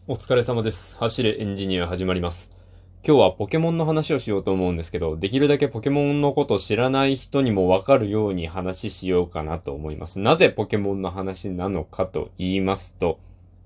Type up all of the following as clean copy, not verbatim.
お疲れ様です。走れエンジニア始まります。今日はポケモンの話をしようと思うんですけど、できるだけポケモンのことを知らない人にもわかるように話しようかなと思います。なぜポケモンの話なのかと言いますと、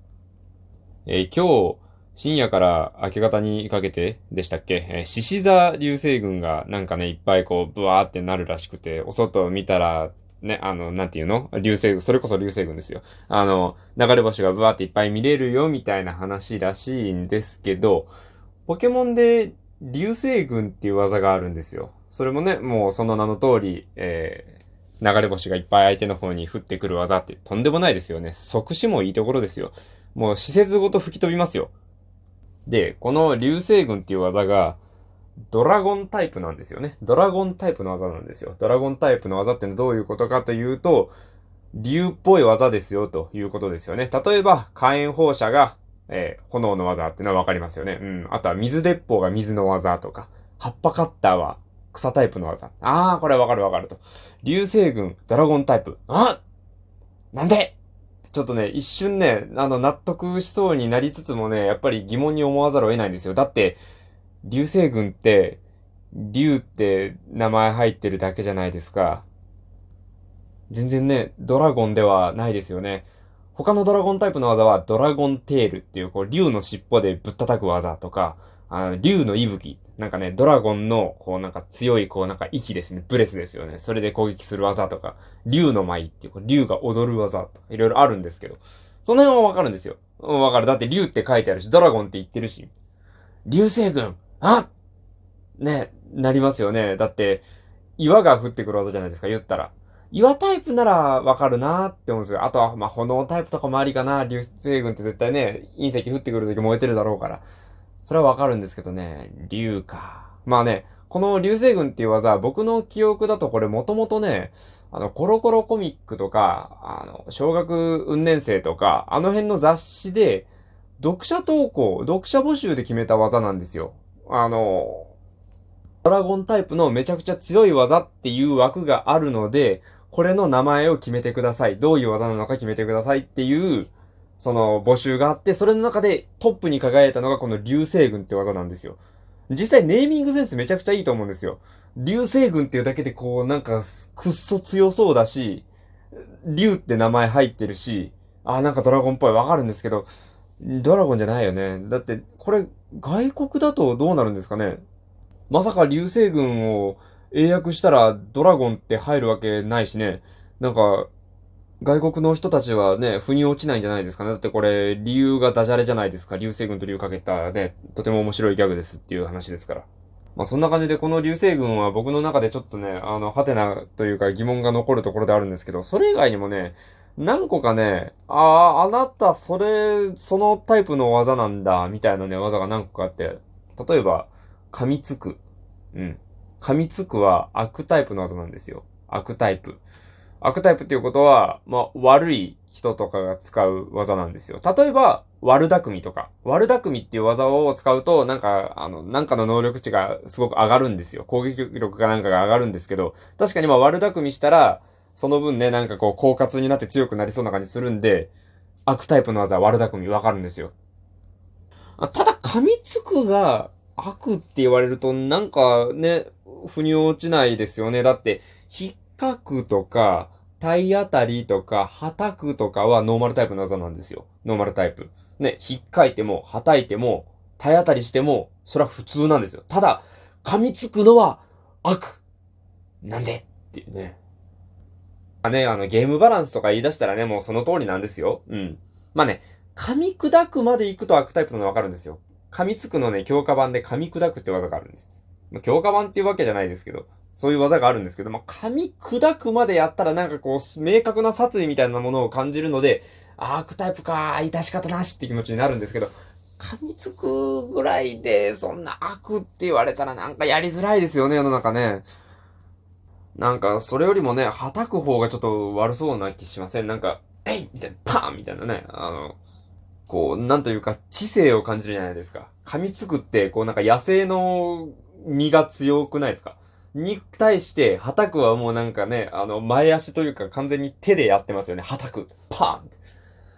今日、深夜から明け方にかけてでしたっけ、獅子座流星群がなんかね、いっぱいこう、ブワーってなるらしくて、お外を見たら、ね、なんていうの流星群、それこそ流星群ですよ。流れ星がブワーっていっぱい見れるよ、みたいな話らしいんですけど、ポケモンで流星群っていう技があるんですよ。それもね、もうその名の通り、流れ星がいっぱい相手の方に降ってくる技ってとんでもないですよね。即死もいいところですよ。もう施設ごと吹き飛びますよ。で、この流星群っていう技が、ドラゴンタイプなんですよね。ドラゴンタイプの技なんですよ。ドラゴンタイプの技ってのはどういうことかというと、竜っぽい技ですよということですよね。例えば、火炎放射が、炎の技ってのはわかりますよね。うん。あとは水鉄砲が水の技とか、葉っぱカッターは草タイプの技。あー、これわかるわかると。流星群、ドラゴンタイプ。なんでちょっとね、一瞬ね、納得しそうになりつつもね、やっぱり疑問に思わざるを得ないんですよ。だって、流星群って、竜って名前入ってるだけじゃないですか。全然ね、ドラゴンではないですよね。他のドラゴンタイプの技はドラゴンテールっていう、こう、竜の尻尾でぶったたく技とか、竜の息吹。なんかね、ドラゴンの、こうなんか強い、こうなんか息ですね。ブレスですよね。それで攻撃する技とか、竜の舞っていう、こう竜が踊る技とか、いろいろあるんですけど、その辺はわかるんですよ。うん、わかる。だって竜って書いてあるし、ドラゴンって言ってるし、流星群ね、なりますよね。だって、岩が降ってくる技じゃないですか、言ったら。岩タイプならわかるなーって思うんですよ。あとは、まあ、炎タイプとかもありかな。流星群って絶対ね、隕石降ってくるとき燃えてるだろうから。それはわかるんですけどね、竜か。まあね、この流星群っていう技、僕の記憶だとこれもともとね、コロコロコミックとか、小学運年生とか、あの辺の雑誌で、読者投稿、読者募集で決めた技なんですよ。ドラゴンタイプのめちゃくちゃ強い技っていう枠があるので、これの名前を決めてください。どういう技なのか決めてくださいっていう、その募集があって、それの中でトップに輝いたのがこの流星群って技なんですよ。実際ネーミングセンスめちゃくちゃいいと思うんですよ。流星群っていうだけでこうなんかくっそ強そうだし、竜って名前入ってるし、なんかドラゴンっぽいわかるんですけど、ドラゴンじゃないよね。だって、これ外国だとどうなるんですかね。まさか流星群を英訳したらドラゴンって入るわけないしね。なんか、外国の人たちはね、腑に落ちないんじゃないですかね。だってこれ、理由がダジャレじゃないですか。流星群と理由かけたね、とても面白いギャグですっていう話ですから。まあそんな感じでこの流星群は僕の中でちょっとね、ハテナというか疑問が残るところであるんですけど、それ以外にもね、何個かね、あなた、そのタイプの技なんだ、みたいなね、技が何個かあって、例えば、噛みつく。うん。噛みつくは悪タイプの技なんですよ。悪タイプ。悪タイプっていうことは、まあ、悪い人とかが使う技なんですよ。例えば、悪巧みとか。悪巧みっていう技を使うと、なんかの能力値がすごく上がるんですよ。攻撃力かなんかが上がるんですけど、確かにまあ悪巧みしたら、その分ね、なんかこう、狡猾になって強くなりそうな感じするんで、悪タイプの技は悪巧みわかるんですよ。ただ、噛みつくが悪って言われると、なんかね、腑に落ちないですよね。だって、引っかくとか、体当たりとか、叩くとかはノーマルタイプの技なんですよ。ノーマルタイプ。ね、引っかいても、叩いても、体当たりしても、それは普通なんですよ。ただ、噛みつくのは悪。なんでっていうね。ゲームバランスとか言い出したらね、もうその通りなんですよ。うん。まあね、噛み砕くまで行くと悪タイプなのわかるんですよ。噛みつくのね、強化版で噛み砕くって技があるんです。まあ、強化版っていうわけじゃないですけど、そういう技があるんですけど、まあ、噛み砕くまでやったらなんかこう、明確な殺意みたいなものを感じるので、悪タイプか、致し方なしって気持ちになるんですけど、噛みつくぐらいで、そんな悪って言われたらなんかやりづらいですよね、世の中ね。なんか、それよりもね、叩く方がちょっと悪そうな気しません？なんか、えいみたいな、パーンみたいなね。こう、なんというか、知性を感じるじゃないですか。噛みつくって、こうなんか野生の身が強くないですか？に対して、叩くはもうなんかね、前足というか完全に手でやってますよね。叩く。パーン。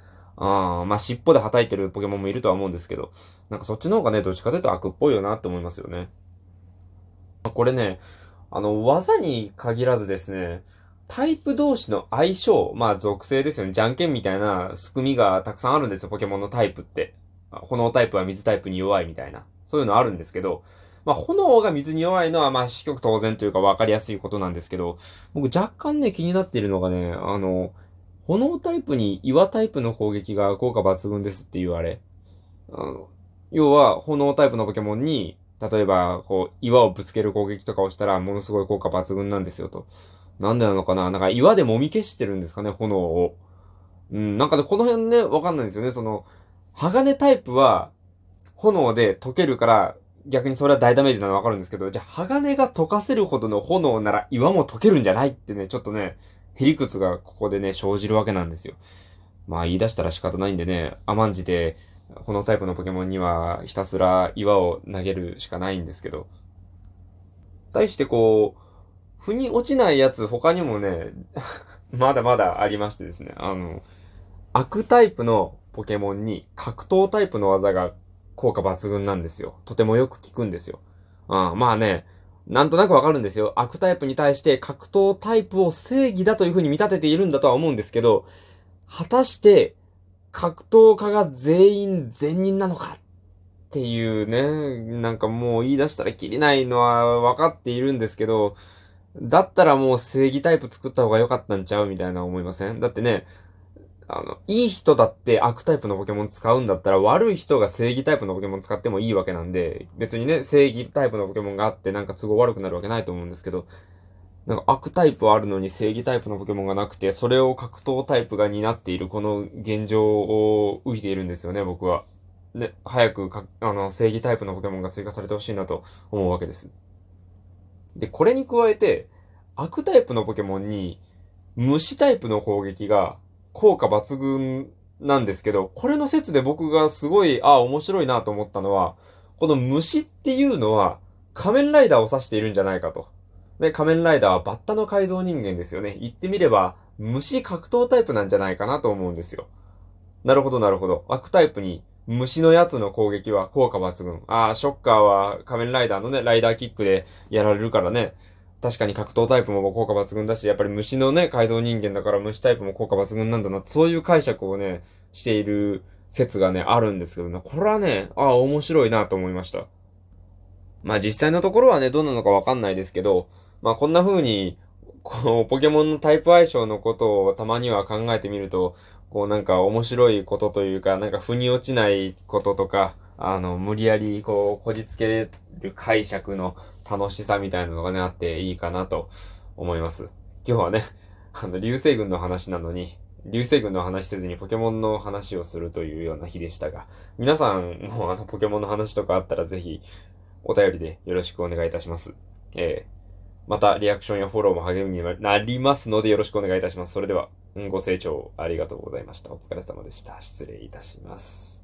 まあ、尻尾で叩いてるポケモンもいるとは思うんですけど、なんかそっちの方がね、どっちかというと悪っぽいよなって思いますよね。これね、技に限らずですね、タイプ同士の相性、まあ属性ですよね。じゃんけんみたいな仕組みがたくさんあるんですよ、ポケモンのタイプって。炎タイプは水タイプに弱いみたいな。そういうのあるんですけど、まあ炎が水に弱いのはまあ至極当然というか分かりやすいことなんですけど、僕若干ね気になっているのがね、炎タイプに岩タイプの攻撃が効果抜群ですっていうあれ。あの、要は、炎タイプのポケモンに、例えば、こう、岩をぶつける攻撃とかをしたら、ものすごい効果抜群なんですよと。なんでなのかななんか岩で揉み消してるんですかね、炎を。うん、なんかね、この辺ね、わかんないんですよね。鋼タイプは、炎で溶けるから、逆にそれは大ダメージなのわかるんですけど、じゃあ、鋼が溶かせるほどの炎なら岩も溶けるんじゃないってね、ちょっとね、へりくつがここでね、生じるわけなんですよ。まあ言い出したら仕方ないんでね、甘んじて、このタイプのポケモンにはひたすら岩を投げるしかないんですけど。対してこう、腑に落ちないやつ他にもね、まだまだありましてですね。悪タイプのポケモンに格闘タイプの技が効果抜群なんですよ。とてもよく効くんですよ。まあね、なんとなくわかるんですよ。悪タイプに対して格闘タイプを正義だという風に見立てているんだとは思うんですけど、果たして、格闘家が全員善人なのかっていうね、なんかもう言い出したらきりないのは分かっているんですけど、だったらもう正義タイプ作った方が良かったんちゃうみたいな思いません？だってね、いい人だって悪タイプのポケモン使うんだったら悪い人が正義タイプのポケモン使ってもいいわけなんで、別にね、正義タイプのポケモンがあってなんか都合悪くなるわけないと思うんですけど、なんか悪タイプはあるのに正義タイプのポケモンがなくて、それを格闘タイプが担っているこの現状を浮いているんですよね、僕は。ね、早くか、正義タイプのポケモンが追加されてほしいなと思うわけです。で、これに加えて、悪タイプのポケモンに、虫タイプの攻撃が効果抜群なんですけど、これの説で僕がすごい、面白いなと思ったのは、この虫っていうのは仮面ライダーを指しているんじゃないかと。で、仮面ライダーはバッタの改造人間ですよね。言ってみれば、虫格闘タイプなんじゃないかなと思うんですよ。なるほど、なるほど。悪タイプに虫のやつの攻撃は効果抜群。ショッカーは仮面ライダーのね、ライダーキックでやられるからね。確かに格闘タイプも効果抜群だし、やっぱり虫のね、改造人間だから虫タイプも効果抜群なんだな。そういう解釈をね、している説がね、あるんですけどね。これはね、面白いなと思いました。まあ実際のところはね、どうなのかわかんないですけど、まあこんな風に、こう、ポケモンのタイプ相性のことをたまには考えてみると、こうなんか面白いことというか、なんか腑に落ちないこととか、無理やりこう、こじつける解釈の楽しさみたいなのがね、あっていいかなと思います。今日はね、流星群の話なのに、流星群の話せずにポケモンの話をするというような日でしたが、皆さんもポケモンの話とかあったらぜひ、お便りでよろしくお願いいたします。またリアクションやフォローも励みになりますのでよろしくお願いいたします。それでは、ご清聴ありがとうございました。お疲れ様でした。失礼いたします。